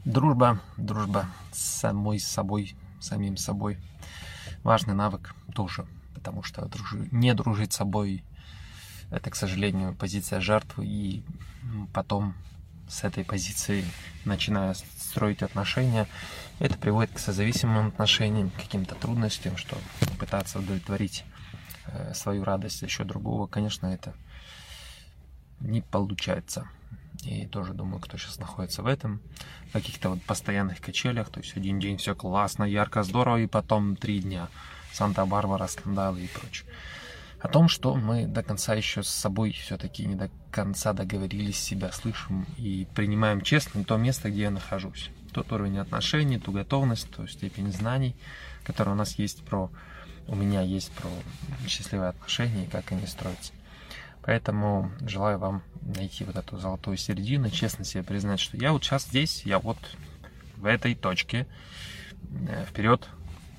Дружба с самой собой, самим собой. Важный навык тоже, потому что не дружить с собой — это, к сожалению, позиция жертвы, и потом с этой позиции, начиная строить отношения, это приводит к созависимым отношениям, к каким-то трудностям, что пытаться удовлетворить свою радость за счет другого, конечно, это не получается. И тоже думаю, кто сейчас находится в каких-то вот постоянных качелях, то есть один день все классно, ярко, здорово, и потом 3 дня Санта-Барбара, скандалы и прочее. О том, что мы до конца еще с собой все-таки не до конца договорились, себя слышим и принимаем честно то место, где я нахожусь. Тот уровень отношений, ту готовность, ту степень знаний, которая у меня есть про счастливые отношения и как они строятся. Поэтому желаю вам найти вот эту золотую середину, честно себе признать, что я вот сейчас здесь, я вот в этой точке, вперед,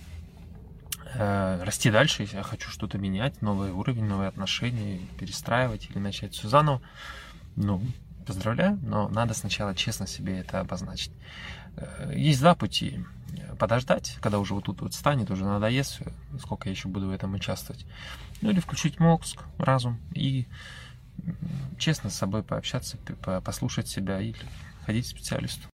расти дальше, если я хочу что-то менять, новый уровень, новые отношения, перестраивать или начать все заново. Поздравляю, но надо сначала честно себе это обозначить. Есть 2 пути. Подождать, когда уже вот тут вот станет, уже надоест, сколько я еще буду в этом участвовать. Или включить мозг, разум и честно с собой пообщаться, послушать себя или ходить к специалисту.